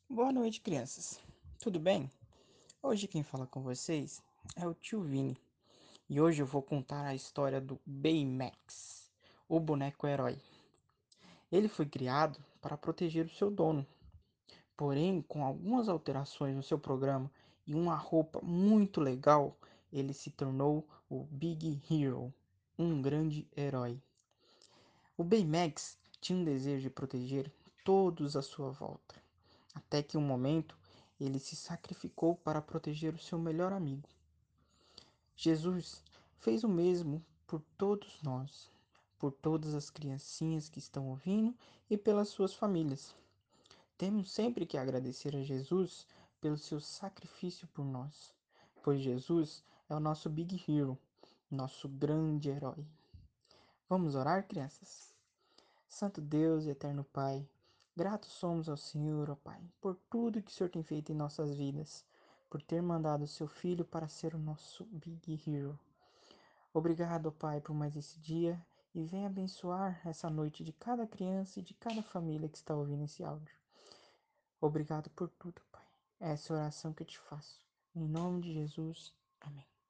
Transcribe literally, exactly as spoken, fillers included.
Boa noite, crianças. Tudo bem? Hoje quem fala com vocês é o tio Vini. E hoje eu vou contar a história do Baymax, o boneco herói. Ele foi criado para proteger o seu dono, porém, com algumas alterações no seu programa e uma roupa muito legal, ele se tornou o Big Hero, um grande herói. O Baymax tinha um desejo de proteger todos à sua volta, até que um momento ele se sacrificou para proteger o seu melhor amigo. Jesus fez o mesmo por todos nós, por todas as criancinhas que estão ouvindo e pelas suas famílias. Temos sempre que agradecer a Jesus pelo seu sacrifício por nós, pois Jesus é o nosso Big Hero, nosso grande herói. Vamos orar, crianças? Santo Deus e eterno Pai, gratos somos ao Senhor, ó Pai, por tudo que o Senhor tem feito em nossas vidas, por ter mandado o seu Filho para ser o nosso Big Hero. Obrigado, ó Pai, por mais esse dia e venha abençoar essa noite de cada criança e de cada família que está ouvindo esse áudio. Obrigado por tudo, Pai. Essa é a oração que eu te faço. Em nome de Jesus. Amém.